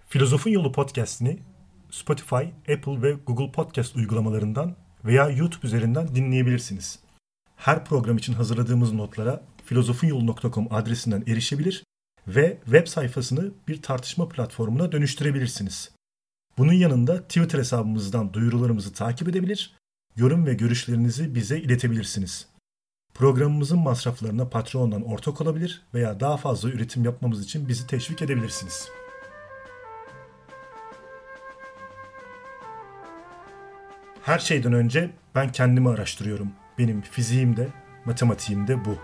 Filozofun Yolu podcast'ini Spotify, Apple ve Google Podcast uygulamalarından veya YouTube üzerinden dinleyebilirsiniz. Her program için hazırladığımız notlara filozofunyolu.com adresinden erişebilir ve web sayfasını bir tartışma platformuna dönüştürebilirsiniz. Bunun yanında Twitter hesabımızdan duyurularımızı takip edebilir, yorum ve görüşlerinizi bize iletebilirsiniz. Programımızın masraflarına Patreon'dan ortak olabilir veya daha fazla üretim yapmamız için bizi teşvik edebilirsiniz. Her şeyden önce ben kendimi araştırıyorum. Benim fiziğim de, matematiğim de bu.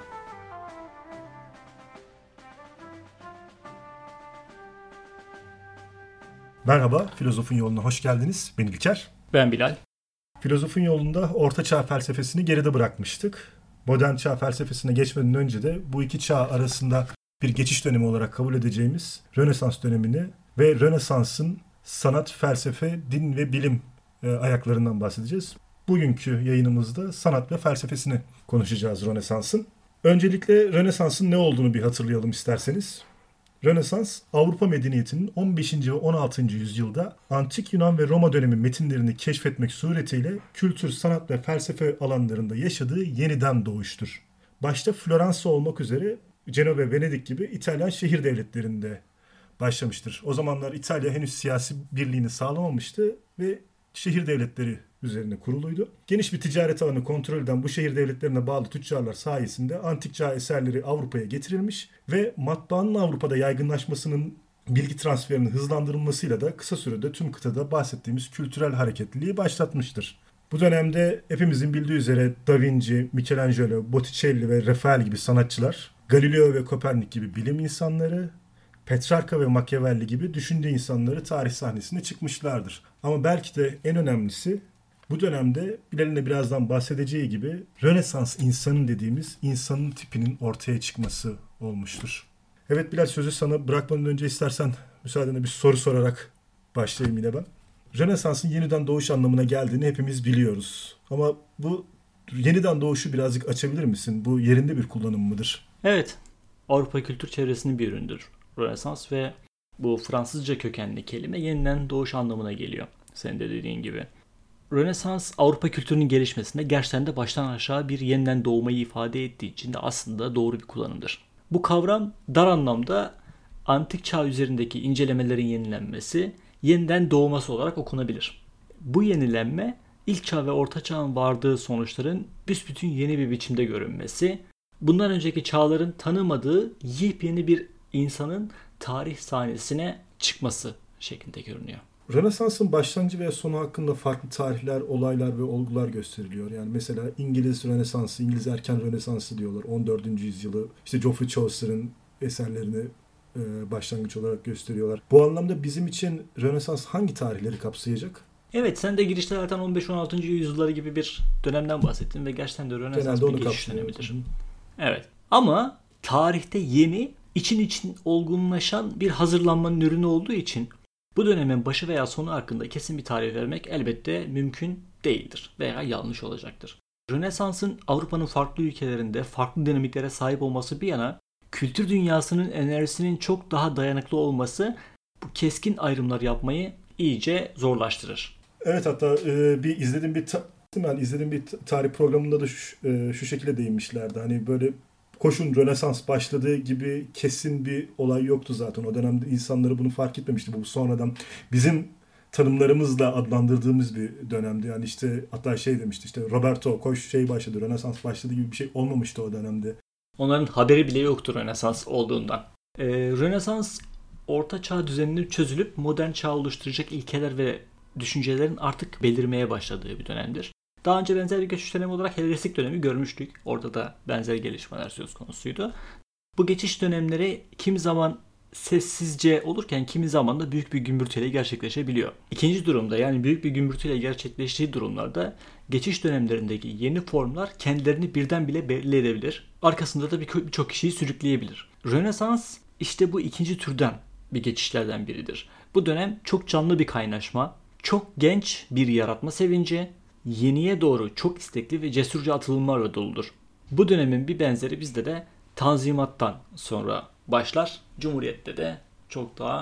Merhaba, Filozofun Yolu'na hoş geldiniz. Ben İlker. Ben Bilal. Filozofun Yolu'nda Orta Çağ felsefesini geride bırakmıştık. Modern Çağ felsefesine geçmeden önce de bu iki çağ arasında bir geçiş dönemi olarak kabul edeceğimiz Rönesans dönemini ve Rönesans'ın sanat, felsefe, din ve bilim ayaklarından bahsedeceğiz. Bugünkü yayınımızda sanat ve felsefesini konuşacağız Rönesans'ın. Öncelikle Rönesans'ın ne olduğunu bir hatırlayalım isterseniz. Rönesans, Avrupa medeniyetinin 15. ve 16. yüzyılda Antik Yunan ve Roma dönemi metinlerini keşfetmek suretiyle kültür, sanat ve felsefe alanlarında yaşadığı yeniden doğuştur. Başta Floransa olmak üzere Cenova ve Venedik gibi İtalyan şehir devletlerinde başlamıştır. O zamanlar İtalya henüz siyasi birliğini sağlamamıştı ve şehir devletleri üzerine kuruluydu. Geniş bir ticaret alanı kontrol eden bu şehir devletlerine bağlı tüccarlar sayesinde antik çağ eserleri Avrupa'ya getirilmiş ve matbaanın Avrupa'da yaygınlaşmasının bilgi transferinin hızlandırılmasıyla da kısa sürede tüm kıtada bahsettiğimiz kültürel hareketliliği başlatmıştır. Bu dönemde hepimizin bildiği üzere Da Vinci, Michelangelo, Botticelli ve Rafael gibi sanatçılar, Galileo ve Kopernik gibi bilim insanları, Petrarca ve Machiavelli gibi düşünce insanları tarih sahnesine çıkmışlardır. Ama belki de en önemlisi bu dönemde Bilal'in de birazdan bahsedeceği gibi Rönesans insanı dediğimiz insanın tipinin ortaya çıkması olmuştur. Evet Bilal, sözü sana bırakmadan önce istersen müsaadenle bir soru sorarak başlayayım yine ben. Rönesans'ın yeniden doğuş anlamına geldiğini hepimiz biliyoruz. Ama bu yeniden doğuşu birazcık açabilir misin? Bu yerinde bir kullanım mıdır? Evet, Avrupa kültür çevresinin bir üründür Rönesans ve bu Fransızca kökenli kelime yeniden doğuş anlamına geliyor. Senin de dediğin gibi. Rönesans Avrupa kültürünün gelişmesinde gerçekten de baştan aşağı bir yeniden doğmayı ifade ettiği için de aslında doğru bir kullanımdır. Bu kavram dar anlamda antik çağ üzerindeki incelemelerin yenilenmesi, yeniden doğması olarak okunabilir. Bu yenilenme ilk çağ ve orta çağın vardığı sonuçların büsbütün yeni bir biçimde görünmesi, bundan önceki çağların tanımadığı yepyeni bir insanın tarih sahnesine çıkması şeklinde görünüyor. Rönesans'ın başlangıcı veya sonu hakkında farklı tarihler, olaylar ve olgular gösteriliyor. Yani mesela İngiliz Rönesansı, İngiliz erken Rönesansı diyorlar. 14. yüzyılı, işte Geoffrey Chaucer'ın eserlerini başlangıç olarak gösteriyorlar. Bu anlamda bizim için Rönesans hangi tarihleri kapsayacak? Evet, sen de girişte zaten 15-16. yüzyılları gibi bir dönemden bahsettin ve gerçekten de Rönesans bir geçiş dönemidir. Evet, ama tarihte yeni, için olgunlaşan bir hazırlanmanın ürünü olduğu için bu dönemin başı veya sonu hakkında kesin bir tarih vermek elbette mümkün değildir veya yanlış olacaktır. Rönesans'ın Avrupa'nın farklı ülkelerinde farklı dinamiklere sahip olması bir yana, kültür dünyasının enerjisinin çok daha dayanıklı olması bu keskin ayrımlar yapmayı iyice zorlaştırır. Evet, hatta izlediğim bir tarih programında da şu şekilde değinmişlerdi. Hani böyle koşun Rönesans başladığı gibi kesin bir olay yoktu zaten. O dönemde insanları bunu fark etmemişti. Bu sonradan bizim tanımlarımızla adlandırdığımız bir dönemdi. Yani işte hatta demişti, işte Roberto koş başladı, Rönesans başladı gibi bir şey olmamıştı o dönemde. Onların haberi bile yoktu Rönesans olduğundan. Rönesans Orta Çağ düzeninin çözülüp modern çağ oluşturacak ilkeler ve düşüncelerin artık belirmeye başladığı bir dönemdir. Daha önce benzer bir geçiş dönemi olarak Helenistik dönemi görmüştük. Orada da benzer gelişmeler söz konusuydu. Bu geçiş dönemleri kimi zaman sessizce olurken kimi zaman da büyük bir gümbürtüyle gerçekleşebiliyor. İkinci durumda, yani büyük bir gümbürtüyle gerçekleştiği durumlarda geçiş dönemlerindeki yeni formlar kendilerini birden bile belli edebilir. Arkasında da birçok kişiyi sürükleyebilir. Rönesans işte bu ikinci türden bir geçişlerden biridir. Bu dönem çok canlı bir kaynaşma, çok genç bir yaratma sevinci, yeniye doğru çok istekli ve cesurca atılımlarla doludur. Bu dönemin bir benzeri bizde de Tanzimat'tan sonra başlar. Cumhuriyet'te de çok daha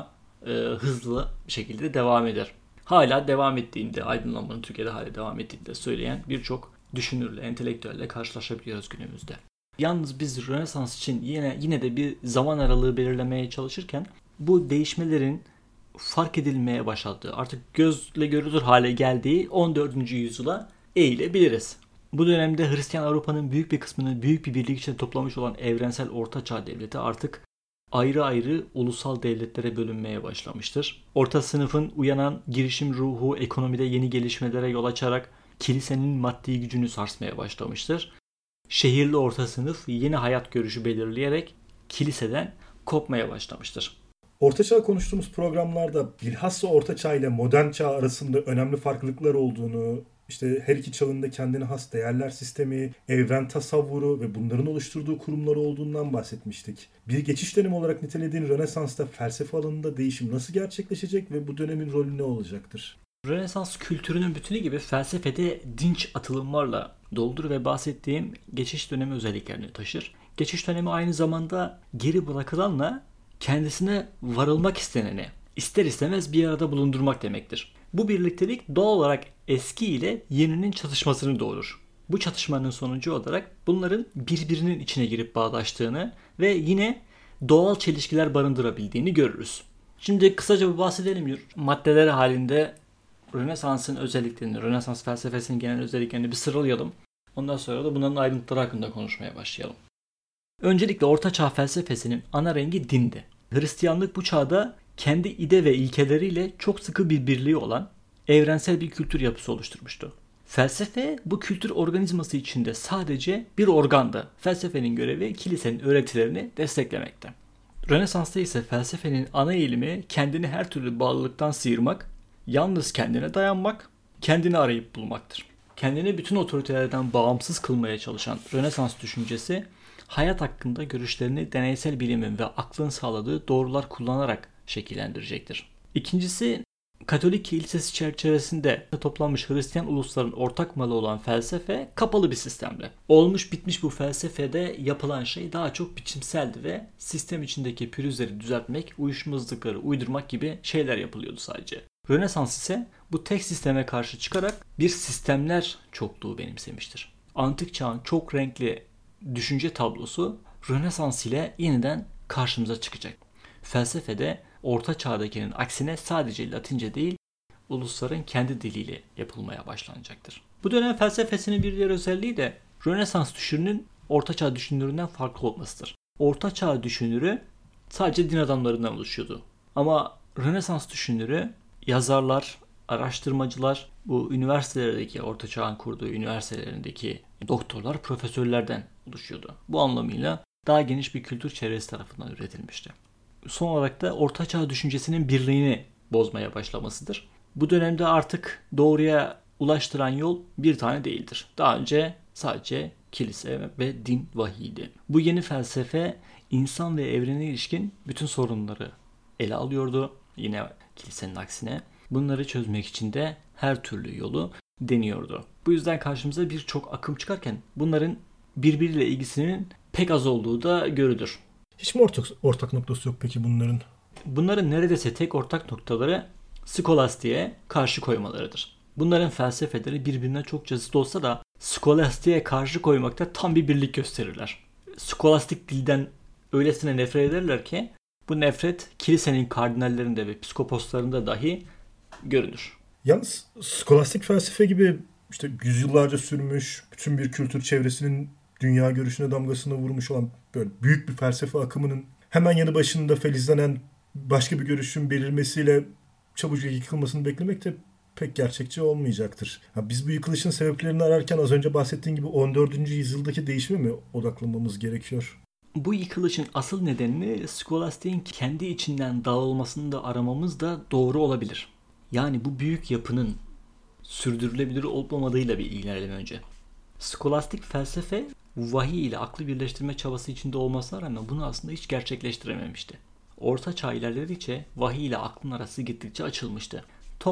hızlı bir şekilde devam eder. Hala devam ettiğinde, aydınlanmanın Türkiye'de hala devam ettiğini de söyleyen birçok düşünürle, entelektüelle karşılaşabiliyoruz günümüzde. Yalnız biz Rönesans için yine de bir zaman aralığı belirlemeye çalışırken bu değişmelerin fark edilmeye başladığı, artık gözle görülür hale geldiği 14. yüzyıla eğilebiliriz. Bu dönemde Hristiyan Avrupa'nın büyük bir kısmını büyük bir birlik içinde toplamış olan evrensel Ortaçağ Devleti artık ayrı ayrı ulusal devletlere bölünmeye başlamıştır. Orta sınıfın uyanan girişim ruhu ekonomide yeni gelişmelere yol açarak kilisenin maddi gücünü sarsmaya başlamıştır. Şehirli orta sınıf yeni hayat görüşü belirleyerek kiliseden kopmaya başlamıştır. Orta Çağ konuştuğumuz programlarda bilhassa Orta Çağ ile Modern Çağ arasında önemli farklılıklar olduğunu, işte her iki çağın da kendine has değerler sistemi, evren tasavvuru ve bunların oluşturduğu kurumlar olduğundan bahsetmiştik. Bir geçiş dönemi olarak nitelediğin Rönesans'ta felsefe alanında değişim nasıl gerçekleşecek ve bu dönemin rolü ne olacaktır? Rönesans kültürünün bütünü gibi felsefede dinç atılımlarla doludur ve bahsettiğim geçiş dönemi özelliklerini taşır. Geçiş dönemi aynı zamanda geri bırakılanla kendisine varılmak isteneni ister istemez bir arada bulundurmak demektir. Bu birliktelik doğal olarak eski ile yeninin çatışmasını doğurur. Bu çatışmanın sonucu olarak bunların birbirinin içine girip bağdaştığını ve yine doğal çelişkiler barındırabildiğini görürüz. Şimdi kısaca bir bahsedelim. Maddeler halinde Rönesans'ın özelliklerini, Rönesans felsefesinin genel özelliklerini bir sıralayalım. Ondan sonra da bunların ayrıntıları hakkında konuşmaya başlayalım. Öncelikle Orta Çağ felsefesinin ana rengi dindi. Hristiyanlık bu çağda kendi ide ve ilkeleriyle çok sıkı bir birliği olan evrensel bir kültür yapısı oluşturmuştu. Felsefe bu kültür organizması içinde sadece bir organdı. Felsefenin görevi kilisenin öğretilerini desteklemekte. Rönesans'ta ise felsefenin ana eğilimi kendini her türlü bağlılıktan sıyırmak, yalnız kendine dayanmak, kendini arayıp bulmaktır. Kendini bütün otoritelerden bağımsız kılmaya çalışan Rönesans düşüncesi, hayat hakkında görüşlerini deneysel bilimin ve aklın sağladığı doğrular kullanarak şekillendirecektir. İkincisi, Katolik kilisesi çerçevesinde toplanmış Hristiyan ulusların ortak malı olan felsefe kapalı bir sistemdi. Olmuş bitmiş bu felsefede yapılan şey daha çok biçimseldi ve sistem içindeki pürüzleri düzeltmek, uyuşmazlıkları uydurmak gibi şeyler yapılıyordu sadece. Rönesans ise bu tek sisteme karşı çıkarak bir sistemler çokluğu benimsemiştir. Antik çağın çok renkli düşünce tablosu Rönesans ile yeniden karşımıza çıkacak. Felsefede Orta Çağ'dakinin aksine sadece Latince değil, ulusların kendi diliyle yapılmaya başlanacaktır. Bu dönem felsefesinin bir diğer özelliği de Rönesans düşünürünün Orta Çağ düşünüründen farklı olmasıdır. Orta Çağ düşünürü sadece din adamlarından oluşuyordu. Ama Rönesans düşünürü yazarlar, araştırmacılar, bu üniversitelerdeki, Orta Çağ'ın kurduğu üniversitelerindeki doktorlar, profesörlerden oluşuyordu. Bu anlamıyla daha geniş bir kültür çevresi tarafından üretilmişti. Son olarak da Orta Çağ düşüncesinin birliğini bozmaya başlamasıdır. Bu dönemde artık doğruya ulaştıran yol bir tane değildir. Daha önce sadece kilise ve din vahiydi. Bu yeni felsefe insan ve evrene ilişkin bütün sorunları ele alıyordu. Yine kilisenin aksine. Bunları çözmek için de her türlü yolu deniyordu. Bu yüzden karşımıza birçok akım çıkarken bunların birbiriyle ilgisinin pek az olduğu da görülür. Hiç mi ortak noktası yok peki bunların? Bunların neredeyse tek ortak noktaları skolastiğe karşı koymalarıdır. Bunların felsefeleri birbirine çok zıt olsa da skolastiğe karşı koymakta tam bir birlik gösterirler. Skolastik dilden öylesine nefret ederler ki bu nefret kilisenin kardinallerinde ve psikoposlarında dahi görülür. Yalnız skolastik felsefe gibi işte yüzyıllarca sürmüş, bütün bir kültür çevresinin dünya görüşüne damgasını vurmuş olan böyle büyük bir felsefe akımının hemen yanı başında filizlenen başka bir görüşün belirmesiyle çabucak yıkılmasını beklemek de pek gerçekçi olmayacaktır. Biz bu yıkılışın sebeplerini ararken az önce bahsettiğim gibi 14. yüzyıldaki değişime mi odaklanmamız gerekiyor? Bu yıkılışın asıl nedenini skolastiğin kendi içinden dağılmasını da aramamız da doğru olabilir. Yani bu büyük yapının sürdürülebilir olmamadığıyla bir ilgilenelim önce. Skolastik felsefe vahiy ile aklı birleştirme çabası içinde olmasına rağmen bunu aslında hiç gerçekleştirememişti. Orta Çağ ilerledikçe vahiy ile aklın arası gittikçe açılmıştı.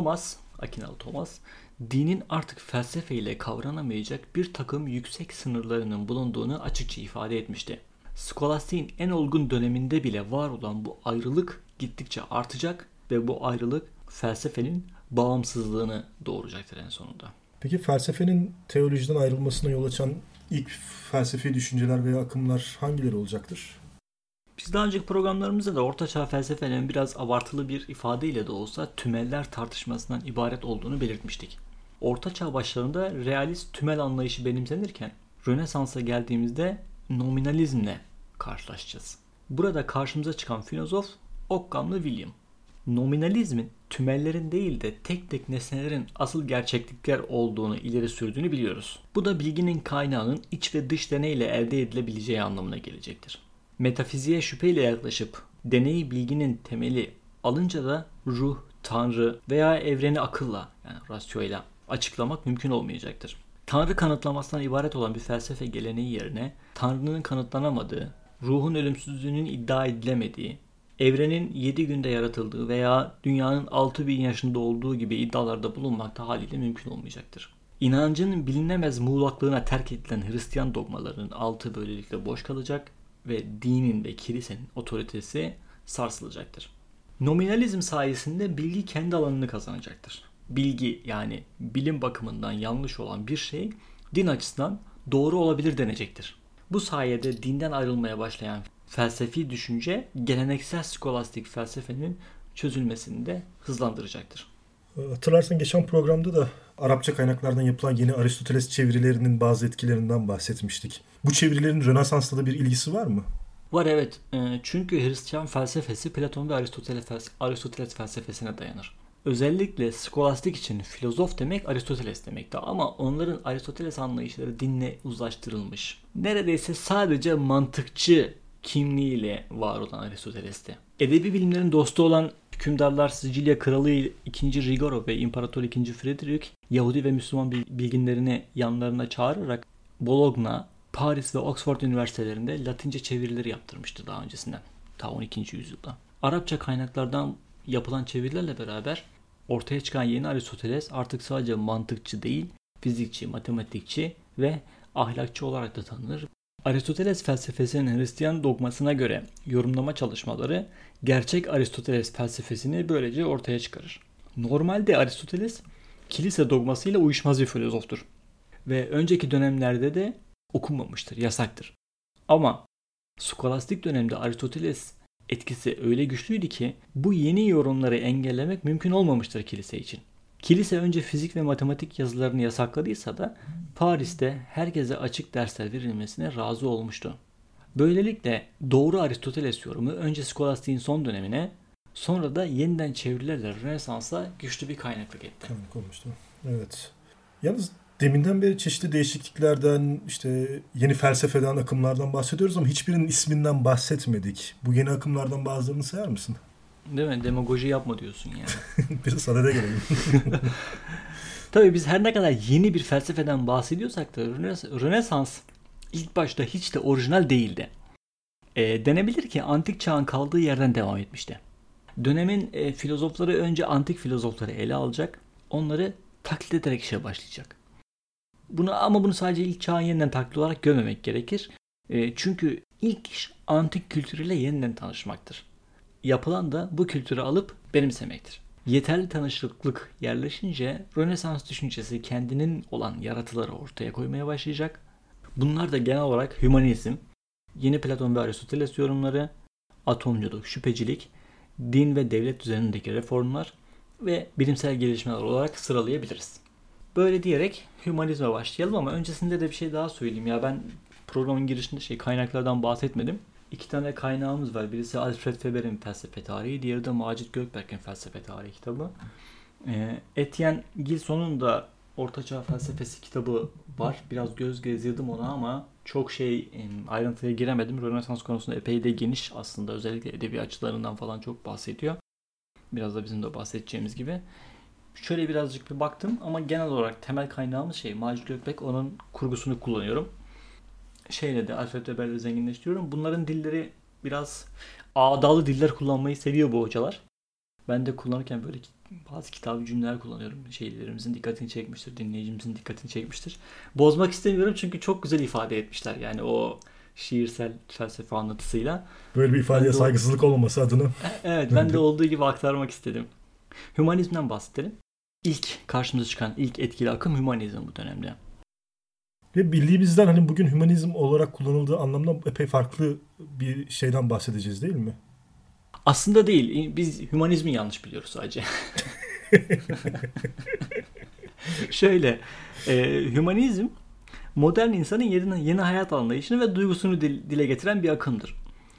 Akinalı Thomas, dinin artık felsefe ile kavranamayacak bir takım yüksek sınırlarının bulunduğunu açıkça ifade etmişti. Skolastiğin en olgun döneminde bile var olan bu ayrılık gittikçe artacak ve bu ayrılık felsefenin bağımsızlığını doğuracaktır en sonunda. Peki felsefenin teolojiden ayrılmasına yol açan ilk felsefi düşünceler veya akımlar hangileri olacaktır? Biz daha önceki programlarımızda da Ortaçağ felsefenin biraz abartılı bir ifadeyle de olsa tümeller tartışmasından ibaret olduğunu belirtmiştik. Ortaçağ başlarında realist tümel anlayışı benimsenirken Rönesans'a geldiğimizde nominalizmle karşılaşacağız. Burada karşımıza çıkan filozof Occam'lı William. Nominalizmin tümellerin değil de tek tek nesnelerin asıl gerçeklikler olduğunu ileri sürdüğünü biliyoruz. Bu da bilginin kaynağının iç ve dış deneyle elde edilebileceği anlamına gelecektir. Metafiziğe şüpheyle yaklaşıp deneyi bilginin temeli alınca da ruh, tanrı veya evreni akılla yani rasyoyla açıklamak mümkün olmayacaktır. Tanrı kanıtlamasından ibaret olan bir felsefe geleneği yerine Tanrı'nın kanıtlanamadığı, ruhun ölümsüzlüğünün iddia edilemediği, evrenin 7 günde yaratıldığı veya dünyanın 6000 yaşında olduğu gibi iddialarda bulunmak da haliyle mümkün olmayacaktır. İnancın bilinemez muğlaklığına terk edilen Hristiyan dogmalarının altı böylelikle boş kalacak ve dinin ve kilisenin otoritesi sarsılacaktır. Nominalizm sayesinde bilgi kendi alanını kazanacaktır. Bilgi yani bilim bakımından yanlış olan bir şey din açısından doğru olabilir denecektir. Bu sayede dinden ayrılmaya başlayan felsefi düşünce geleneksel skolastik felsefenin çözülmesini de hızlandıracaktır. Hatırlarsan geçen programda da Arapça kaynaklardan yapılan yeni Aristoteles çevirilerinin bazı etkilerinden bahsetmiştik. Bu çevirilerin Rönesans'ta da bir ilgisi var mı? Var evet. Çünkü Hristiyan felsefesi Platon ve Aristoteles felsefesine dayanır. Özellikle skolastik için filozof demek Aristoteles demekti ama onların Aristoteles anlayışları dinle uzlaştırılmış. Neredeyse sadece mantıkçı kimliğiyle var olan Aristoteles'ti. Edebi bilimlerin dostu olan hükümdarlar Sicilya Kralı II. Rigoro ve İmparator II. Frederick Yahudi ve Müslüman bilginlerini yanlarına çağırarak Bologna, Paris ve Oxford üniversitelerinde Latince çevirileri yaptırmıştı daha öncesinden. Ta 12. yüzyılda. Arapça kaynaklardan yapılan çevirilerle beraber ortaya çıkan yeni Aristoteles artık sadece mantıkçı değil, fizikçi, matematikçi ve ahlakçı olarak da tanınır. Aristoteles felsefesinin Hristiyan dogmasına göre yorumlama çalışmaları gerçek Aristoteles felsefesini böylece ortaya çıkarır. Normalde Aristoteles kilise dogmasıyla uyuşmaz bir filozoftur ve önceki dönemlerde de okunmamıştır, yasaktır. Ama skolastik dönemde Aristoteles etkisi öyle güçlüydü ki bu yeni yorumları engellemek mümkün olmamıştır kilise için. Kilise önce fizik ve matematik yazılarını yasakladıysa da Paris'te herkese açık dersler verilmesine razı olmuştu. Böylelikle doğru Aristoteles yorumu önce skolastiğin son dönemine sonra da yeniden çevirilerle Rönesans'a güçlü bir kaynaklık etti. Kaynak olmuştu. Evet. Yalnız deminden beri çeşitli değişikliklerden, işte yeni felsefeden, akımlardan bahsediyoruz ama hiçbirinin isminden bahsetmedik. Bu yeni akımlardan bazılarını sayar mısın? Değil mi? Demagoji yapma diyorsun yani. Biraz sadede gelelim. Tabii biz her ne kadar yeni bir felsefeden bahsediyorsak da Rönesans ilk başta hiç de orijinal değildi. Denebilir ki antik çağın kaldığı yerden devam etmişti. Dönemin filozofları önce antik filozofları ele alacak, onları taklit ederek işe başlayacak. Bunu sadece ilk çağın yeniden taklit olarak görmemek gerekir. Çünkü ilk iş antik kültürüyle yeniden tanışmaktır. Yapılan da bu kültürü alıp benimsemektir. Yeterli tanışıklık yerleşince Rönesans düşüncesi kendinin olan yaratıları ortaya koymaya başlayacak. Bunlar da genel olarak hümanizm, yeni Platon ve Aristoteles yorumları, atomculuk, şüphecilik, din ve devlet düzenindeki reformlar ve bilimsel gelişmeler olarak sıralayabiliriz. Böyle diyerek hümanizme başlayalım ama öncesinde de bir şey daha söyleyeyim. Ya ben programın girişinde kaynaklardan bahsetmedim. 2 tane kaynağımız var. Birisi Alfred Weber'in felsefe tarihi, diğeri de Macit Gökberk'in felsefe tarihi kitabı. Etienne Gilson'un da Ortaçağ felsefesi kitabı var. Biraz göz gezdirdim ona ama çok ayrıntıya giremedim. Rönesans konusunda epey de geniş aslında. Özellikle edebi açılarından falan çok bahsediyor. Biraz da bizim de bahsedeceğimiz gibi. Şöyle birazcık bir baktım ama genel olarak temel kaynağımız Macit Gökberk, onun kurgusunu kullanıyorum. De Alfred Weber'le zenginleştiriyorum. Bunların dilleri biraz ağdalı diller kullanmayı seviyor bu hocalar. Ben de kullanırken böyle bazı kitabı cümleler kullanıyorum. Şeylerimizin dikkatini çekmiştir, dinleyicimizin dikkatini çekmiştir. Bozmak istemiyorum çünkü çok güzel ifade etmişler. Yani o şiirsel felsefe anlatısıyla. Böyle bir ifadeye saygısızlık olmaması adına. Evet, ben de olduğu gibi aktarmak istedim. Hümanizmden bahsedelim. İlk karşımıza çıkan ilk etkili akım hümanizm bu dönemde. Ve bildiğimizden hani bugün hümanizm olarak kullanıldığı anlamda epey farklı bir şeyden bahsedeceğiz değil mi? Aslında değil. Biz hümanizmi yanlış biliyoruz sadece. Şöyle, hümanizm modern insanın yeni hayat anlayışını ve duygusunu dile getiren bir akımdır.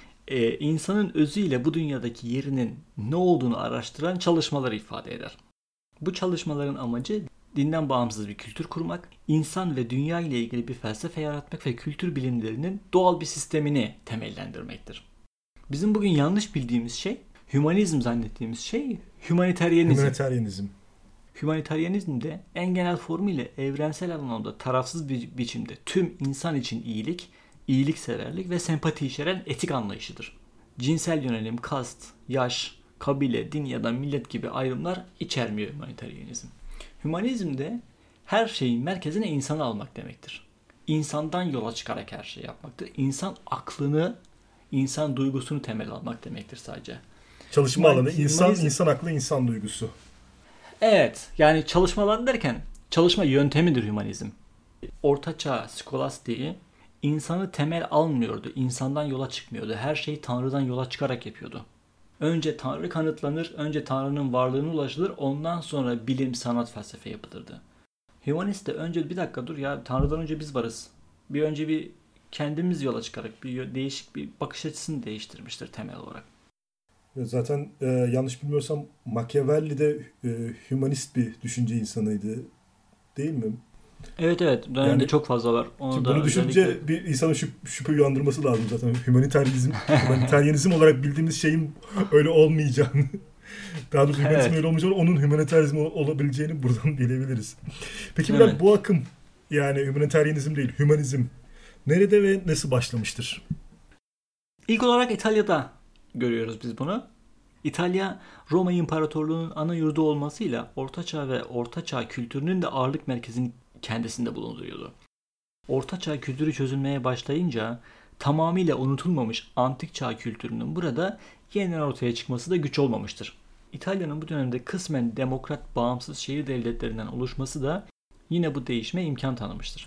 İnsanın özüyle bu dünyadaki yerinin ne olduğunu araştıran çalışmaları ifade eder. Bu çalışmaların amacı dinden bağımsız bir kültür kurmak, insan ve dünya ile ilgili bir felsefe yaratmak ve kültür bilimlerinin doğal bir sistemini temellendirmektir. Bizim bugün yanlış bildiğimiz şey, hümanizm zannettiğimiz şey humaniteryenizm. Humaniteryenizm de en genel formuyla evrensel anlamda tarafsız bir biçimde tüm insan için iyilik, iyilikseverlik ve sempati içeren etik anlayışıdır. Cinsel yönelim, kast, yaş, kabile, din ya da millet gibi ayrımlar içermiyor humaniteryenizm. Hümanizm de her şeyin merkezine insanı almak demektir. İnsandan yola çıkarak her şeyi yapmaktır. İnsan aklını, insan duygusunu temel almak demektir sadece. Çalışma alanı insan aklı, insan duygusu. Evet, yani çalışma alanı derken çalışma yöntemidir hümanizm. Ortaçağ skolastiği insanı temel almıyordu, insandan yola çıkmıyordu. Her şeyi Tanrı'dan yola çıkarak yapıyordu. Önce Tanrı kanıtlanır, önce Tanrı'nın varlığına ulaşılır, ondan sonra bilim, sanat, felsefe yapılırdı. Hümanist de önce bir dakika dur ya, Tanrı'dan önce biz varız. Önce bir kendimiz yola çıkarak değişik bir bakış açısını değiştirmiştir temel olarak. Zaten yanlış bilmiyorsam Machiavelli de hümanist bir düşünce insanıydı. Değil mi? Evet. Dönemde yani, çok fazla var. Bunu düşünce bir insanın şüphe uyandırması lazım zaten. Humaniteryenizm olarak bildiğimiz şeyin öyle olmayacağını. Daha doğrusu hümanizm öyle olmayacağını, onun hümaniterizm olabileceğini buradan bilebiliriz. Peki Bilal, bu akım, yani hümaniteryenizm değil, hümanizm nerede ve nasıl başlamıştır? İlk olarak İtalya'da görüyoruz biz bunu. İtalya, Roma İmparatorluğu'nun ana yurdu olmasıyla Ortaçağ ve Ortaçağ kültürünün de ağırlık merkezini kendisinde bulunduruyordu. Ortaçağ kültürü çözülmeye başlayınca tamamıyla unutulmamış antik çağ kültürünün burada yeniden ortaya çıkması da güç olmamıştır. İtalya'nın bu dönemde kısmen demokrat bağımsız şehir devletlerinden oluşması da yine bu değişime imkan tanımıştır.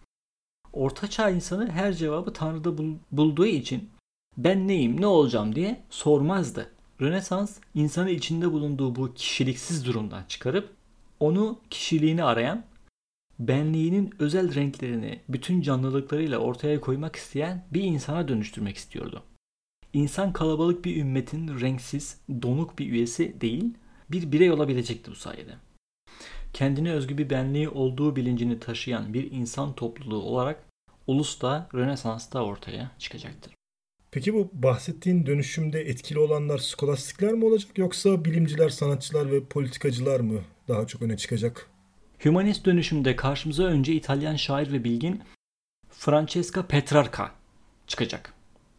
Ortaçağ insanı her cevabı Tanrı'da bulduğu için ben neyim, ne olacağım diye sormazdı. Rönesans insanı içinde bulunduğu bu kişiliksiz durumdan çıkarıp onu kişiliğini arayan, benliğinin özel renklerini bütün canlılıklarıyla ortaya koymak isteyen bir insana dönüştürmek istiyordu. İnsan kalabalık bir ümmetin renksiz, donuk bir üyesi değil, bir birey olabilecekti bu sayede. Kendine özgü bir benliği olduğu bilincini taşıyan bir insan topluluğu olarak ulus da Rönesans'ta ortaya çıkacaktır. Peki bu bahsettiğin dönüşümde etkili olanlar skolastikler mi olacak, yoksa bilimciler, sanatçılar ve politikacılar mı daha çok öne çıkacak? Hümanist dönüşümde karşımıza önce İtalyan şair ve bilgin Francesca Petrarca çıkacak.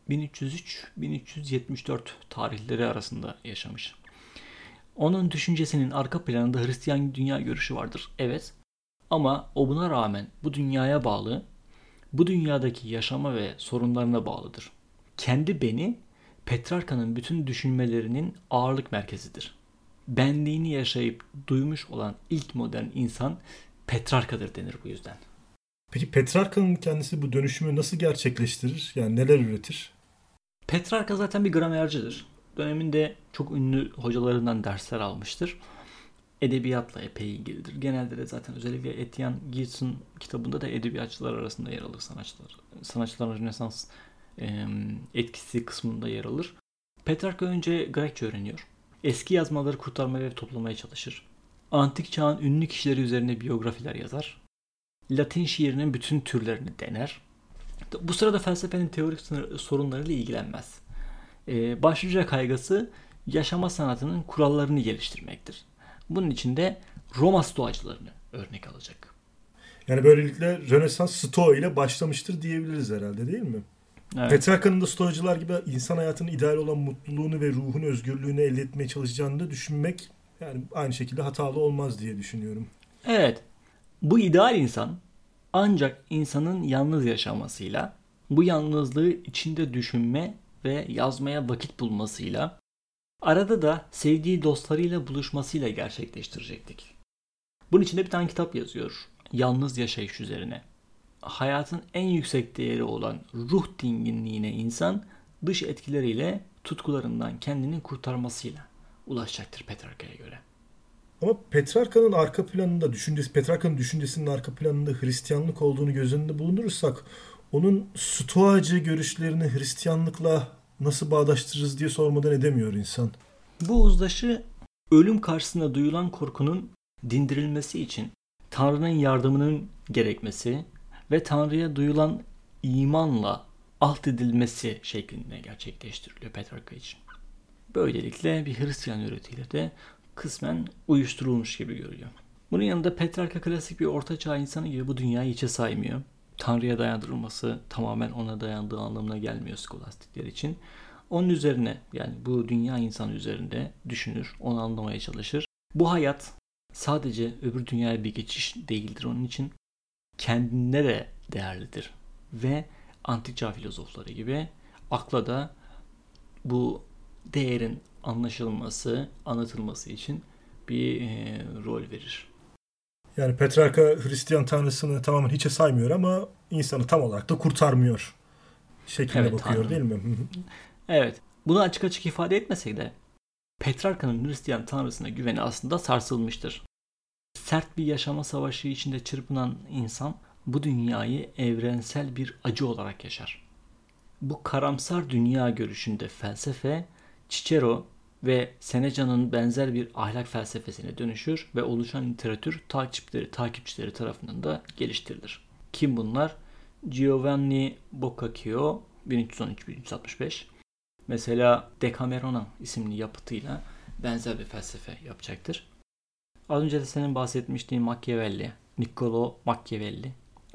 1303-1374 tarihleri arasında yaşamış. Onun düşüncesinin arka planında Hristiyan dünya görüşü vardır. Evet. Ama o buna rağmen bu dünyaya bağlı, bu dünyadaki yaşama ve sorunlarına bağlıdır. Kendi beni Petrarca'nın bütün düşünmelerinin ağırlık merkezidir. Benliğini yaşayıp duymuş olan ilk modern insan Petrarca'dır denir bu yüzden. Peki Petrarca'nın kendisi bu dönüşümü nasıl gerçekleştirir? Yani neler üretir? Petrarca zaten bir gramercidir. Döneminde çok ünlü hocalarından dersler almıştır. Edebiyatla epey ilgilidir. Genelde de zaten özellikle Etienne Gilson kitabında da edebiyatçılar arasında yer alır sanatçıların Rönesans etkisi kısmında yer alır. Petrarca önce Grekçe öğreniyor. Eski yazmaları kurtarmaya ve toplamaya çalışır. Antik çağın ünlü kişileri üzerine biyografiler yazar. Latin şiirinin bütün türlerini dener. Bu sırada felsefenin teorik sorunlarıyla ilgilenmez. Başlıca kaygısı yaşama sanatının kurallarını geliştirmektir. Bunun için de Roma stoacılarını örnek alacak. Yani böylelikle Rönesans Stoa ile başlamıştır diyebiliriz herhalde, değil mi? Evet. Petrarca'nın da stoacılar gibi insan hayatının ideal olan mutluluğunu ve ruhun özgürlüğünü elde etmeye çalışacağını da düşünmek yani aynı şekilde hatalı olmaz diye düşünüyorum. Evet. Bu ideal insan ancak insanın yalnız yaşamasıyla Bu yalnızlığı içinde düşünme ve yazmaya vakit bulmasıyla, arada da sevdiği dostlarıyla buluşmasıyla gerçekleştirecektik. Bunun için de bir tane kitap yazıyor. Yalnız yaşayış üzerine. Hayatın en yüksek değeri olan ruh dinginliğine insan dış etkileriyle tutkularından kendini kurtarmasıyla ulaşacaktır Petrarca'ya göre. Ama Petrarca'nın düşüncesinin arka planında Hristiyanlık olduğunu göz önünde bulundurursak onun Stoacı görüşlerini Hristiyanlıkla nasıl bağdaştırırız diye sormadan edemiyor insan. Bu uzlaşı ölüm karşısında duyulan korkunun dindirilmesi için Tanrı'nın yardımının gerekmesi ve Tanrı'ya duyulan imanla alt edilmesi şeklinde gerçekleştiriliyor Petrarca için. Böylelikle bir Hristiyan öğretiyle de kısmen uyuşturulmuş gibi görüyor. Bunun yanında Petrarca klasik bir ortaçağ insanı gibi bu dünyayı hiçe saymıyor. Tanrı'ya dayandırılması tamamen ona dayandığı anlamına gelmiyor skolastikler için. Onun üzerine, yani bu dünya insanı üzerinde düşünür, onu anlamaya çalışır. Bu hayat sadece öbür dünyaya bir geçiş değildir onun için. Kendine de değerlidir. Ve antik çağ filozofları gibi akla da bu değerin anlaşılması, anlatılması için bir rol verir. Yani Petrarca Hristiyan tanrısını tamamen hiçe saymıyor ama insanı tam olarak da kurtarmıyor şeklinde Evet, bakıyor Tanrı. değil mi? Evet. Bunu açık açık ifade etmesek de Petrarca'nın Hristiyan tanrısına güveni aslında sarsılmıştır. Sert bir yaşama savaşı içinde çırpınan insan bu dünyayı evrensel bir acı olarak yaşar. Bu karamsar dünya görüşünde felsefe, Cicero ve Seneca'nın benzer bir ahlak felsefesine dönüşür ve oluşan literatür takipçileri tarafından da geliştirilir. Kim bunlar? Giovanni Boccaccio 1313-1365 mesela Decamerona isimli yapıtıyla benzer bir felsefe yapacaktır. Az önce de senin bahsetmiştiğin Machiavelli, Niccolo Machiavelli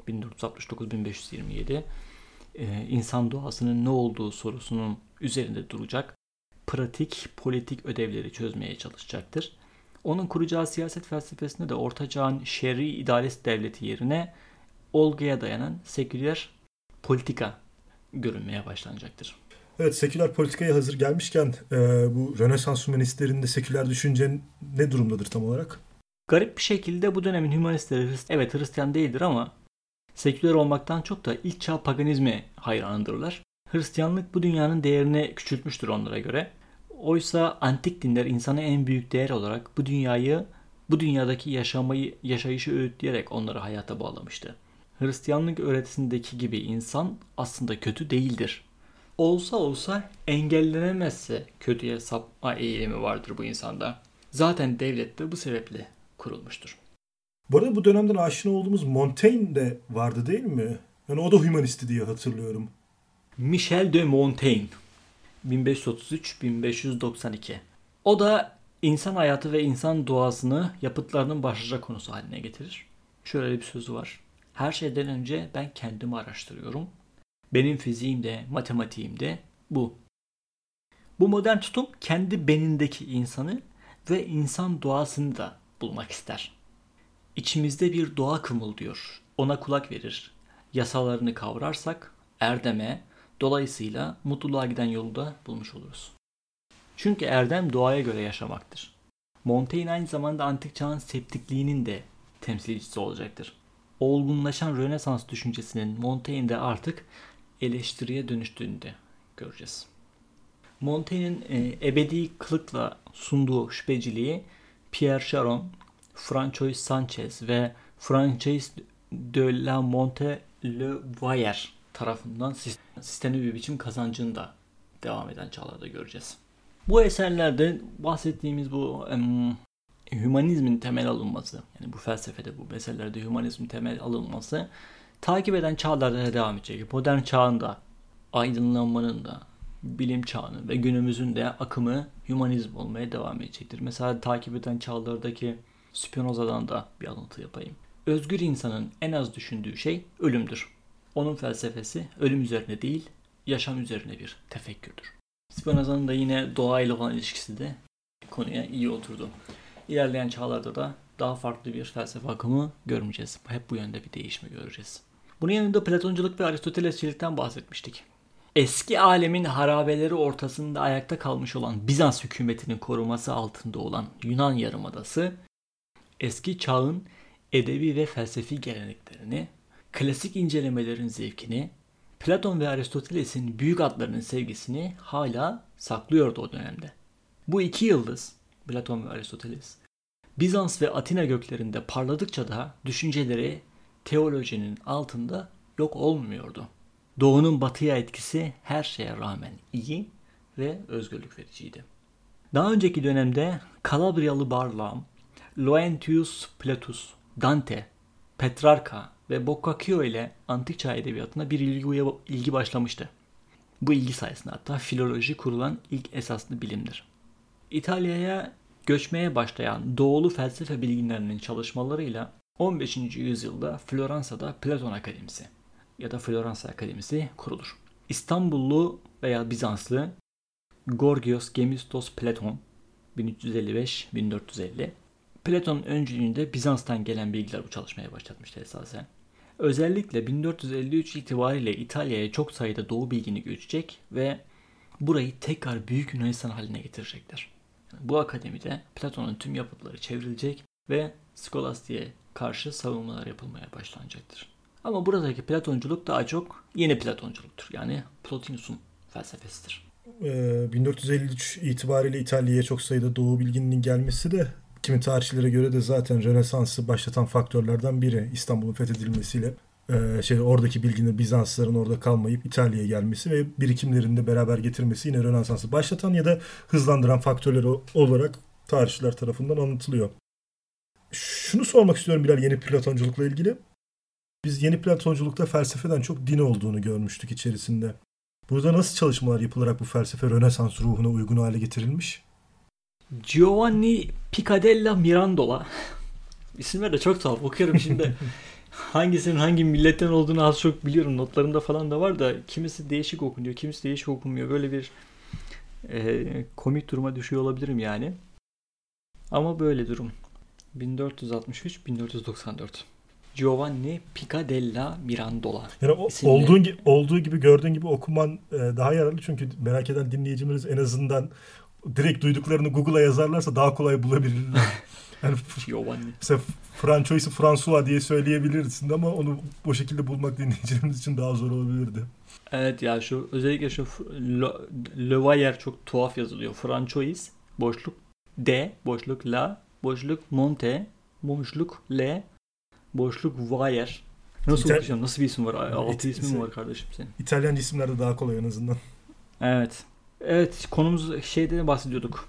1469-1527 insan doğasının ne olduğu sorusunun üzerinde duracak, pratik politik ödevleri çözmeye çalışacaktır. Onun kuracağı siyaset felsefesinde de Orta Çağ'ın şer'i idealist devleti yerine olguya dayanan seküler politika görünmeye başlanacaktır. Evet, seküler politikaya hazır gelmişken bu Rönesans hümanistlerinde seküler düşünce ne durumdadır tam olarak? Garip bir şekilde bu dönemin hümanistleri evet Hristiyan değildir ama seküler olmaktan çok da ilk çağ paganizmi hayranıdırlar. Hristiyanlık bu dünyanın değerini küçültmüştür onlara göre. Oysa antik dinler insana en büyük değer olarak bu dünyadaki yaşayışı öğütleyerek onları hayata bağlamıştı. Hristiyanlık öğretisindeki gibi insan aslında kötü değildir. Olsa engellenemezse kötüye sapma eğilimi vardır bu insanda. Zaten devlet de bu sebeple kurulmuştur. Bu arada bu dönemden aşina olduğumuz Montaigne de vardı değil mi? Yani o da hümanisti diye hatırlıyorum. Michel de Montaigne 1533-1592. O da insan hayatı ve insan doğasını yapıtlarının başlıca konusu haline getirir. Şöyle bir sözü var. Her şeyden önce ben kendimi araştırıyorum. Benim fiziğim de matematiğim de bu. Bu modern tutum kendi benindeki insanı ve insan doğasını da bulmak ister. İçimizde bir doğa kımıldıyor. Ona kulak verir. Yasalarını kavrarsak erdeme, dolayısıyla mutluluğa giden yolu da bulmuş oluruz. Çünkü erdem doğaya göre yaşamaktır. Montaigne aynı zamanda antik çağın septikliğinin de temsilcisi olacaktır. Olgunlaşan Rönesans düşüncesinin Montaigne'de artık eleştiriye dönüştüğünü de göreceğiz. Montaigne'in ebedi kılıkla sunduğu şüpheciliği Pierre Charon, François Sanchez ve Francis de la Monte-le-Vayer tarafından sistemli bir biçim kazancında devam eden çağlarda göreceğiz. Bu eserlerde bahsettiğimiz bu hümanizmin temel alınması, yani bu felsefede bu meselelerde hümanizmin temel alınması takip eden çağlarda da devam edecek. Modern çağın da, aydınlanmanın da, bilim çağının ve günümüzün de akımı hümanizm olmaya devam edecektir. Mesela takip eden çağlardaki Spinoza'dan da bir alıntı yapayım. Özgür insanın en az düşündüğü şey ölümdür. Onun felsefesi ölüm üzerine değil, yaşam üzerine bir tefekkürdür. Spinoza'nın da yine doğayla olan ilişkisi de konuya iyi oturdu. İlerleyen çağlarda da daha farklı bir felsefe akımı görmeyeceğiz. Hep bu yönde bir değişme göreceğiz. Bunun yanında Platonculuk ve Aristotelesçilikten bahsetmiştik. Eski alemin harabeleri ortasında ayakta kalmış olan Bizans hükümetinin koruması altında olan Yunan Yarımadası, eski çağın edebi ve felsefi geleneklerini, klasik incelemelerin zevkini, Platon ve Aristoteles'in büyük adlarının sevgisini hala saklıyordu o dönemde. Bu iki yıldız, Platon ve Aristoteles, Bizans ve Atina göklerinde parladıkça da düşünceleri teolojinin altında yok olmuyordu. Doğu'nun batıya etkisi her şeye rağmen iyi ve özgürlük vericiydi. Daha önceki dönemde Kalabriyalı Barlaam, Laurentius Plautus, Dante, Petrarca ve Boccaccio ile antik çağ edebiyatına bir ilgi başlamıştı. Bu ilgi sayesinde hatta filoloji kurulan ilk esaslı bilimdir. İtalya'ya göçmeye başlayan doğulu felsefe bilginlerinin çalışmalarıyla 15. yüzyılda Floransa'da Platon Akademisi ya da Floransa Akademisi kurulur. İstanbullu veya Bizanslı Gorgios Gemistos Platon 1355-1450 Platon'un öncülüğünde Bizans'tan gelen bilgiler bu çalışmaya başlatmıştır esasen. Özellikle 1453 itibariyle İtalya'ya çok sayıda doğu bilgini göçecek ve burayı tekrar Büyük Yunanistan haline getirecekler. Yani bu akademide Platon'un tüm yapıtları çevrilecek ve Skolastiğe karşı savunmalar yapılmaya başlanacaktır. Ama buradaki Platonculuk daha çok yeni Platonculuktur. Yani Plotinus'un felsefesidir. 1453 itibariyle İtalya'ya çok sayıda doğu bilginin gelmesi de kimi tarihçilere göre de zaten Rönesans'ı başlatan faktörlerden biri. İstanbul'un fethedilmesiyle oradaki bilginin Bizanslıların orada kalmayıp İtalya'ya gelmesi ve birikimlerini de beraber getirmesi yine Rönesans'ı başlatan ya da hızlandıran faktörler olarak tarihçiler tarafından anlatılıyor. Şunu sormak istiyorum Bilal, yeni Platonculukla ilgili. Biz yeni Platonculukta felsefeden çok din olduğunu görmüştük içerisinde. Burada nasıl çalışmalar yapılarak bu felsefe Rönesans ruhuna uygun hale getirilmiş? Giovanni Piccadella Mirandola. İsimler de çok tuhaf. Okuyorum şimdi. Hangisinin hangi milletten olduğunu az çok biliyorum. Notlarımda falan da var da kimisi değişik okunuyor, kimisi değişik okunmuyor. Böyle bir komik duruma düşüyor olabilirim yani. Ama böyle durum. 1463-1494. Giovanni Piccadella Mirandola. Yani olduğu gibi gördüğün gibi okuman daha yararlı, çünkü merak eden dinleyicimiz en azından direkt duyduklarını Google'a yazarlarsa daha kolay bulabilirler. Yani Giovanni. Mesela Francois'i François diye söyleyebilirsin ama onu bu şekilde bulmak dinleyicilerimiz için daha zor olabilirdi. Evet ya, özellikle Le Vayer çok tuhaf yazılıyor. Francois boşluk D boşluk La boşluk Monte boşluk L boşluk Vayer. Nasıl okuyacağım? Nasıl bir isim var? 6 ismin var kardeşim senin. İtalyan isimler de daha kolay en azından. Evet. Evet, konumuz şeyden bahsediyorduk.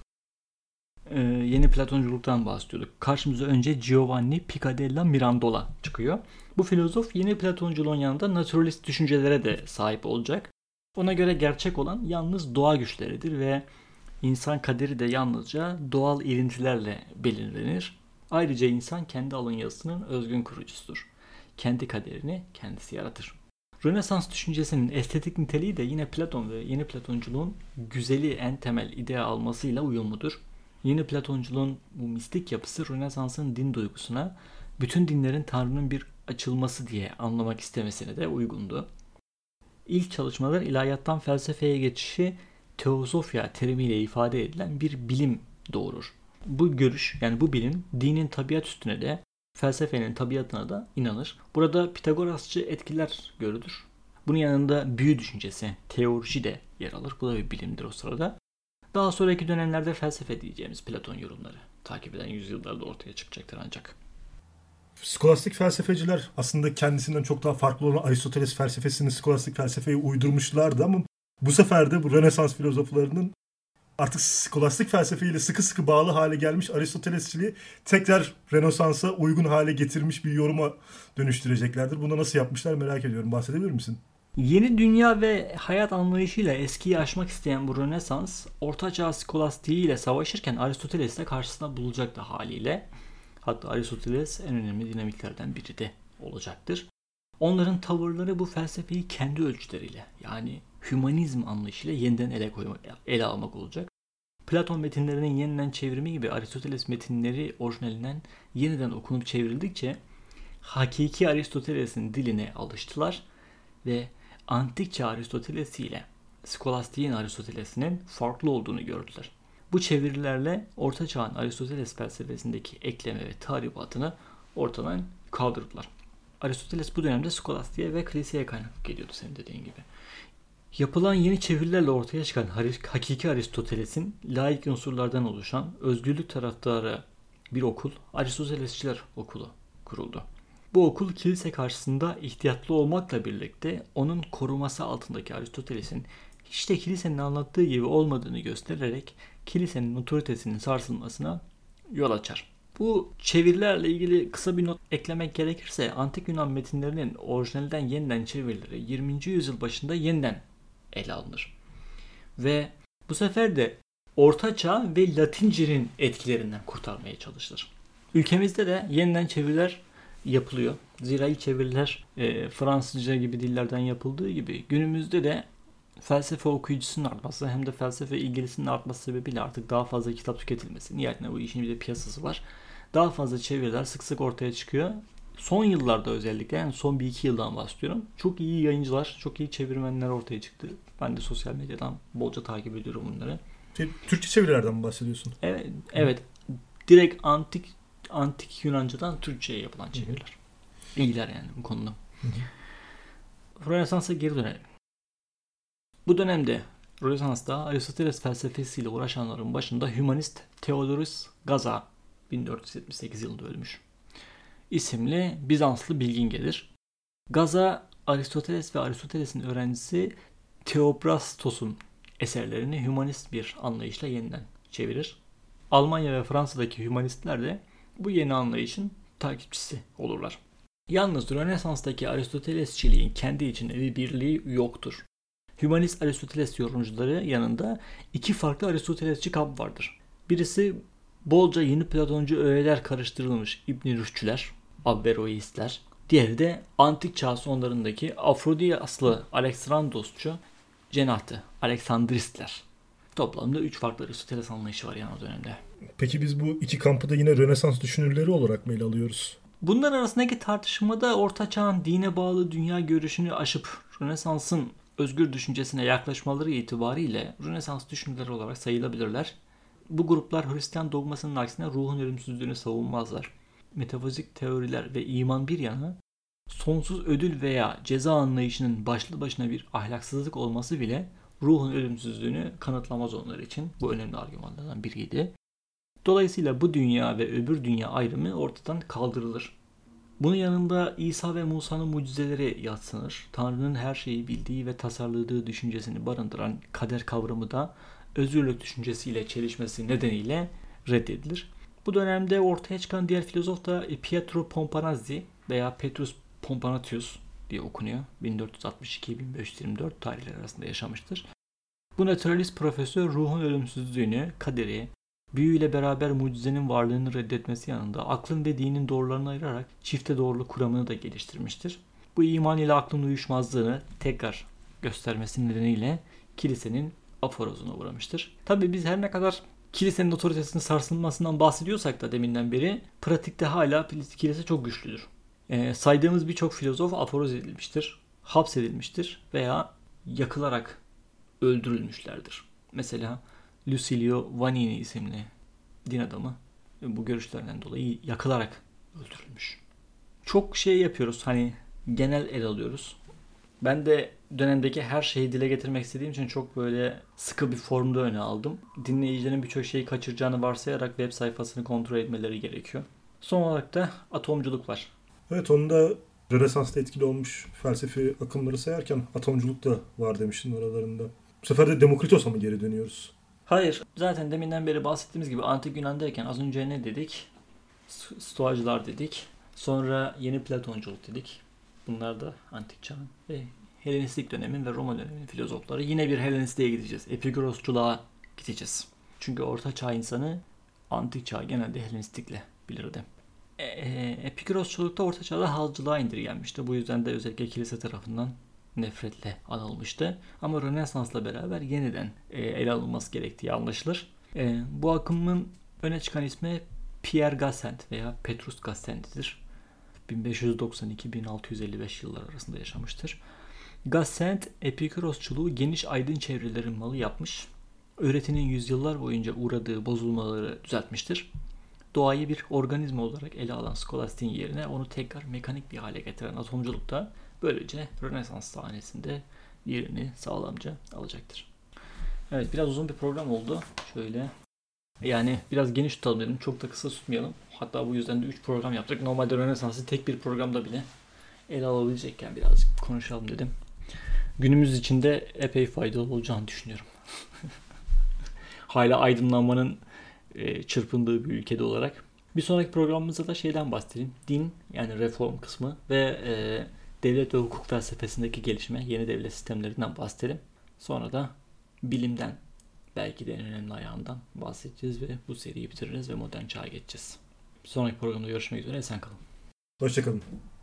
Yeni Platonculuktan bahsediyorduk. Karşımıza önce Giovanni Piccadella Mirandola çıkıyor. Bu filozof yeni Platonculuğun yanında naturalist düşüncelere de sahip olacak. Ona göre gerçek olan yalnız doğa güçleridir ve insan kaderi de yalnızca doğal ilintilerle belirlenir. Ayrıca insan kendi alın yazısının özgün kurucusudur. Kendi kaderini kendisi yaratır. Rönesans düşüncesinin estetik niteliği de yine Platon ve yeni Platonculuğun güzeli en temel idea almasıyla uyumludur. Yeni Platonculuğun bu mistik yapısı Rönesans'ın din duygusuna, bütün dinlerin Tanrı'nın bir açılması diye anlamak istemesine de uygundu. İlk çalışmalar ilahiyattan felsefeye geçişi teosofya terimiyle ifade edilen bir bilim doğurur. Bu görüş, yani bu bilim dinin tabiat üstüne de felsefenin tabiatına da inanır. Burada Pitagorasçı etkiler görülür. Bunun yanında büyü düşüncesi, teoloji de yer alır. Bu da bir bilimdir o sırada. Daha sonraki dönemlerde felsefe diyeceğimiz Platon yorumları takip eden yüzyıllarda ortaya çıkacaktır ancak. Skolastik felsefeciler aslında kendisinden çok daha farklı olan Aristoteles felsefesini skolastik felsefeye uydurmuşlardı ama bu sefer de bu Rönesans filozoflarının artık skolastik felsefeyle sıkı sıkı bağlı hale gelmiş Aristotelesçiliği tekrar Rönesans'a uygun hale getirmiş bir yoruma dönüştüreceklerdir. Bunu nasıl yapmışlar merak ediyorum. Bahsedebilir misin? Yeni dünya ve hayat anlayışıyla eskiyi aşmak isteyen bu Rönesans, Ortaçağ skolastiği ile savaşırken Aristoteles'i de karşısında bulacaktı haliyle. Hatta Aristoteles en önemli dinamiklerden biri de olacaktır. Onların tavırları bu felsefeyi kendi ölçüleriyle, yani hümanizm anlayışıyla yeniden ele almak olacak. Platon metinlerinin yeniden çevrimi gibi Aristoteles metinleri orijinalinden yeniden okunup çevrildikçe hakiki Aristoteles'in diline alıştılar ve antik çağ Aristoteles ile skolastik'in Aristoteles'inin farklı olduğunu gördüler. Bu çevirilerle Orta Çağ'ın Aristoteles felsefesindeki ekleme ve tahribatını ortadan kaldırdılar. Aristoteles bu dönemde skolastik'e ve kiliseye kaynak geliyordu senin dediğin gibi. Yapılan yeni çevirilerle ortaya çıkan hakiki Aristoteles'in laik unsurlardan oluşan özgürlük taraftarı bir okul, Aristotelesçiler okulu kuruldu. Bu okul kilise karşısında ihtiyatlı olmakla birlikte onun koruması altındaki Aristoteles'in hiç de kilisenin anlattığı gibi olmadığını göstererek kilisenin otoritesinin sarsılmasına yol açar. Bu çevirilerle ilgili kısa bir not eklemek gerekirse Antik Yunan metinlerinin orijinalden yeniden çevirileri 20. yüzyıl başında yeniden ele alınır. Ve bu sefer de Orta Çağ ve Latince'nin etkilerinden kurtarmaya çalışılır. Ülkemizde de yeniden çeviriler yapılıyor. Zira ilk çeviriler Fransızca gibi dillerden yapıldığı gibi günümüzde de felsefe okuyucusunun artması hem de felsefe ilgilisinin artması sebebiyle artık daha fazla kitap tüketilmesi. Nihayetinde bu işin bir de piyasası var. Daha fazla çeviriler sık sık ortaya çıkıyor. Son yıllarda özellikle yani son 1-2 yıldan bahsediyorum. Çok iyi yayıncılar, çok iyi çevirmenler ortaya çıktı. Ben de sosyal medyadan bolca takip ediyorum bunları. Türkçe çevirilerden mi bahsediyorsun? Evet. Direkt antik Yunancadan Türkçe'ye yapılan çeviriler. İyiler yani bu konuda. Rönesans'a geri dönelim. Bu dönemde Rönesans'ta Aristoteles felsefesiyle uğraşanların başında hümanist Theodorus Gaza 1478 yılında ölmüş isimli Bizanslı bilgin gelir. Gaza Aristoteles ve Aristoteles'in öğrencisi Theophrastos'un eserlerini hümanist bir anlayışla yeniden çevirir. Almanya ve Fransa'daki hümanistler de bu yeni anlayışın takipçisi olurlar. Yalnız Rönesans'taki Aristotelesçiliğin kendi içinde bir birliği yoktur. Hümanist Aristoteles yorumcuları yanında iki farklı Aristotelesçi kamp vardır. Birisi bolca yeni Platoncu öğeler karıştırılmış İbn-i Rüşdçüler, Averroistler. Diğeri de antik çağ sonlarındaki Afrodiyaslı Aleksandrosçu cenahı, Aleksandristler. Toplamda 3 farklı Aristoteles anlayışı var yani o dönemde. Peki biz bu iki kampı da yine Rönesans düşünürleri olarak mı ele alıyoruz? Bunlar arasındaki tartışmada Orta Çağ'ın dine bağlı dünya görüşünü aşıp Rönesans'ın özgür düşüncesine yaklaşmaları itibariyle Rönesans düşünürleri olarak sayılabilirler. Bu gruplar Hristiyan dogmasının aksine ruhun ölümsüzlüğünü savunmazlar. Metafizik teoriler ve iman bir yana, sonsuz ödül veya ceza anlayışının başlı başına bir ahlaksızlık olması bile ruhun ölümsüzlüğünü kanıtlamaz onlar için. Bu önemli argümanlardan biriydi. Dolayısıyla bu dünya ve öbür dünya ayrımı ortadan kaldırılır. Bunun yanında İsa ve Musa'nın mucizeleri yadsınır. Tanrı'nın her şeyi bildiği ve tasarladığı düşüncesini barındıran kader kavramı da özgürlük düşüncesiyle çelişmesi nedeniyle reddedilir. Bu dönemde ortaya çıkan diğer filozof da Pietro Pomponazzi veya Petrus Pomponatius diye okunuyor. 1462-1524 tarihleri arasında yaşamıştır. Bu naturalist profesör ruhun ölümsüzlüğünü, kaderi, büyüyle beraber mucizenin varlığını reddetmesi yanında aklın ve dinin doğrularını ayırarak çifte doğruluk kuramını da geliştirmiştir. Bu iman ile aklın uyuşmazlığını tekrar göstermesi nedeniyle kilisenin aforozuna uğramıştır. Tabii biz her ne kadar kilisenin otoritesinin sarsılmasından bahsediyorsak da deminden beri pratikte hala kilise çok güçlüdür. Saydığımız birçok filozof aforoz edilmiştir, hapsedilmiştir veya yakılarak öldürülmüşlerdir. Mesela Lucilio Vanini isimli din adamı bu görüşlerinden dolayı yakılarak öldürülmüş. Çok şey yapıyoruz, hani genel ele alıyoruz. Ben de dönemdeki her şeyi dile getirmek istediğim için çok böyle sıkı bir formda öne aldım. Dinleyicilerin birçok şeyi kaçıracağını varsayarak web sayfasını kontrol etmeleri gerekiyor. Son olarak da atomculuk var. Evet, onu da Rönesans'ta etkili olmuş felsefi akımları sayarken atomculuk da var demiştin aralarında. Bu sefer de Demokritos'a mı geri dönüyoruz? Hayır. Zaten deminden beri bahsettiğimiz gibi Antik Yunan'dayken az önce ne dedik? Stoacılar dedik. Sonra yeni Platonculuk dedik. Bunlar da Antik Çağ'ın ve Helenistik dönemin ve Roma döneminin filozofları. Yine bir Helenistik'e gideceğiz. Epigorosçuluğa gideceğiz. Çünkü Orta Çağ insanı Antik Çağ genelde Helenistik'le bilirdi. Epigorosçulukta Orta Çağ'da halcılığa indirgenmişti. Bu yüzden de özellikle kilise tarafından nefretle anılmıştı. Ama Rönesans'la beraber yeniden ele alınması gerektiği anlaşılır. Bu akımın öne çıkan ismi Pierre Gassendi veya Petrus Gassendi'dir. 1592-1655 yıllar arasında yaşamıştır. Gassend, Epikurosçuluğu geniş aydın çevrelerin malı yapmış. Öğretinin yüzyıllar boyunca uğradığı bozulmaları düzeltmiştir. Doğayı bir organizma olarak ele alan skolastin yerine onu tekrar mekanik bir hale getiren atomculukta böylece Rönesans sahnesinde yerini sağlamca alacaktır. Evet, biraz uzun bir program oldu. Şöyle yani biraz geniş tutalım dedim. Çok da kısa tutmayalım. Hatta bu yüzden de 3 program yaptık. Normalde Rönesans'ı tek bir programda bile ele alabilecekken birazcık konuşalım dedim. Günümüz için de epey faydalı olacağını düşünüyorum. Hala aydınlanmanın çırpındığı bir ülkede olarak. Bir sonraki programımızda da şeyden bahsedeyim. Din, yani reform kısmı ve devlet ve hukuk felsefesindeki gelişme, yeni devlet sistemlerinden bahsedelim. Sonra da bilimden, belki de en önemli ayağından bahsedeceğiz ve bu seriyi bitiririz ve modern çağa geçeceğiz. Bir sonraki programda görüşmek üzere. Esen kalın. Hoşçakalın.